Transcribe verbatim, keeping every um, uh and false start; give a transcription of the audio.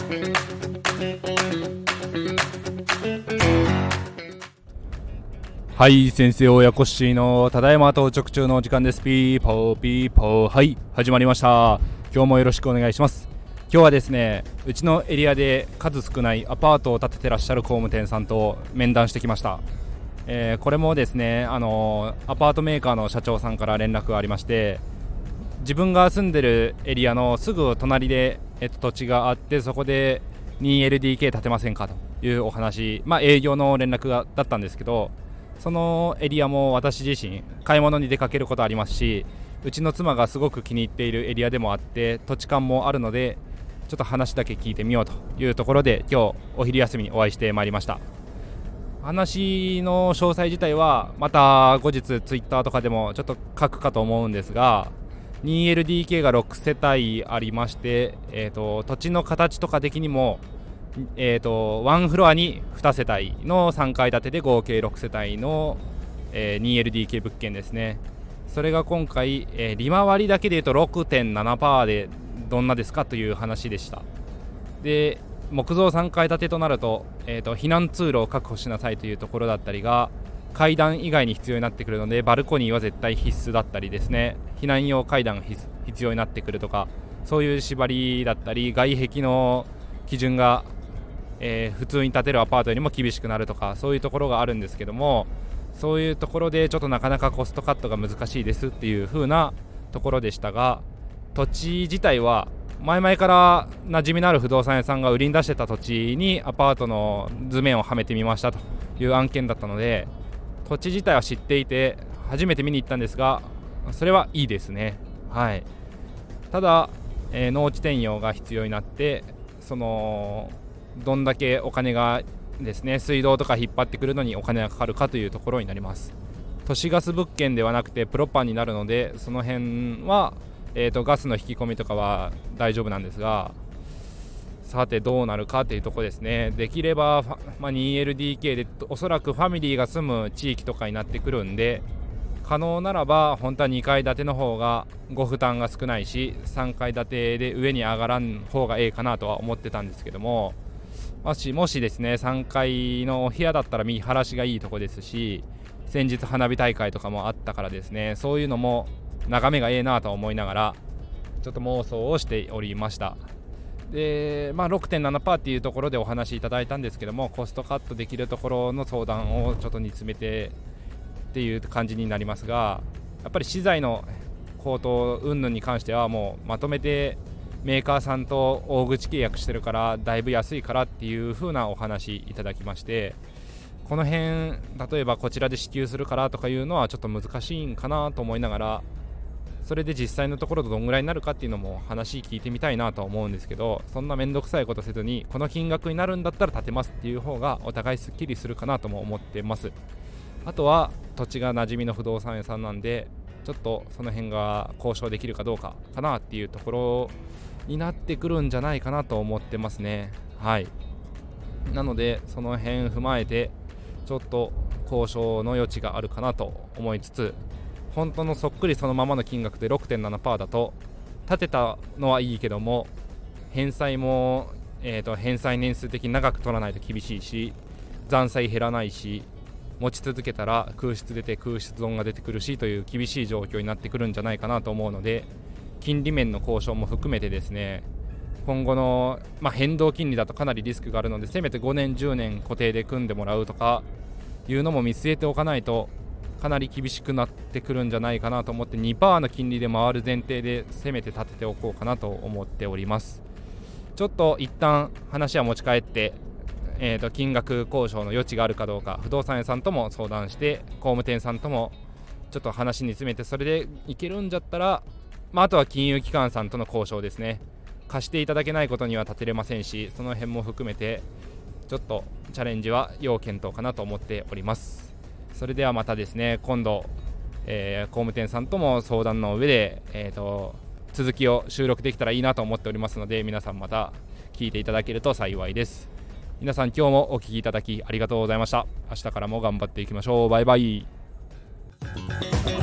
はい、先生親コッシーのただいま到着中のお時間です。ピーポーピーポー、はい、始まりました。今日もよろしくお願いします。今日はですね、うちのエリアで数少ないアパートを建ててらっしゃる工務店さんと面談してきました。えー、これもですね、あのー、アパートメーカーの社長さんから連絡がありまして、自分が住んでるエリアのすぐ隣で、えっと、土地があって、そこで ツーエルディーケー 建てませんかというお話、まあ営業の連絡がだったんですけど、そのエリアも私自身買い物に出かけることありますし、うちの妻がすごく気に入っているエリアでもあって土地勘もあるので、ちょっと話だけ聞いてみようというところで今日お昼休みにお会いしてまいりました。話の詳細自体はまた後日ツイッターとかでもちょっと書くかと思うんですが、 ツーエルディーケー がろくせたいありまして、えーと、土地の形とか的にもえーと、ワンフロアににせたいのさんかい建てで合計ろくせたいの、えー、ツーエルディーケー 物件ですね。それが今回、えー、利回りだけでいうと ろくてんななパーセント でどんなですかという話でした。で、木造さんかい建てとなると、えーと、避難通路を確保しなさいというところだったりが階段以外に必要になってくるので、バルコニーは絶対必須だったりですね、避難用階段が必要になってくるとか、そういう縛りだったり、外壁の基準がえー、普通に建てるアパートよりも厳しくなるとか、そういうところがあるんですけども、そういうところでちょっとなかなかコストカットが難しいですっていう風なところでしたが、土地自体は前々から馴染みのある不動産屋さんが売りに出してた土地にアパートの図面をはめてみましたという案件だったので、土地自体は知っていて初めて見に行ったんですが、それはいいですね。はい。ただ、えー、農地転用が必要になって、そのどんだけお金がですね、水道とか引っ張ってくるのにお金がかかるかというところになります。都市ガス物件ではなくてプロパンになるので、その辺は、えーと、ガスの引き込みとかは大丈夫なんですが、さてどうなるかというところですね。できれば、まあ、ツーエルディーケー でおそらくファミリーが住む地域とかになってくるんで、可能ならば本当はにかい建ての方がご負担が少ないし、さんかい建てで上に上がらん方がええかなとは思ってたんですけども、もしもしですね、さんがいのお部屋だったら見晴らしがいいとこですし、先日花火大会とかもあったからですね、そういうのも眺めがええなと思いながらちょっと妄想をしておりました。で、まあ ろくてんななパーセント っていうところでお話しいただいたんですけども、コストカットできるところの相談をちょっと煮詰めてっていう感じになりますが、やっぱり資材の高騰云々に関してはもうまとめてメーカーさんと大口契約してるからだいぶ安いからっていう風なお話いただきまして、この辺例えばこちらで支給するからとかいうのはちょっと難しいんかなと思いながら、それで実際のところどんぐらいになるかっていうのも話聞いてみたいなと思うんですけど、そんなめんどくさいことせずにこの金額になるんだったら建てますっていう方がお互いすっきりするかなとも思ってます。あとは土地が馴染みの不動産屋さんなんで、ちょっとその辺が交渉できるかどうかかなっていうところになってくるんじゃないかなと思ってますね。はい。なのでその辺踏まえてちょっと交渉の余地があるかなと思いつつ、本当のそっくりそのままの金額で ろくてんななパーセント だと建てたのはいいけども、返済も、えーと、返済年数的に長く取らないと厳しいし、残債減らないし、持ち続けたら空室出て空室損が出てくるしという厳しい状況になってくるんじゃないかなと思うので、金利面の交渉も含めてですね、今後の、まあ、変動金利だとかなりリスクがあるので、せめてごねんじゅうねん固定で組んでもらうとかいうのも見据えておかないとかなり厳しくなってくるんじゃないかなと思って、 にパーセント の金利で回る前提でせめて立てておこうかなと思っております。ちょっと一旦話は持ち帰って、えーと金額交渉の余地があるかどうか不動産屋さんとも相談して、工務店さんともちょっと話に詰めて、それでいけるんじゃったら、まあ、あとは金融機関さんとの交渉ですね。貸していただけないことには建てれませんし、その辺も含めてちょっとチャレンジは要検討かなと思っております。それではまたですね、今度、えー、工務店さんとも相談の上で、えーと続きを収録できたらいいなと思っておりますので、皆さんまた聞いていただけると幸いです。皆さん今日もお聞きいただきありがとうございました。明日からも頑張っていきましょう。バイバイ。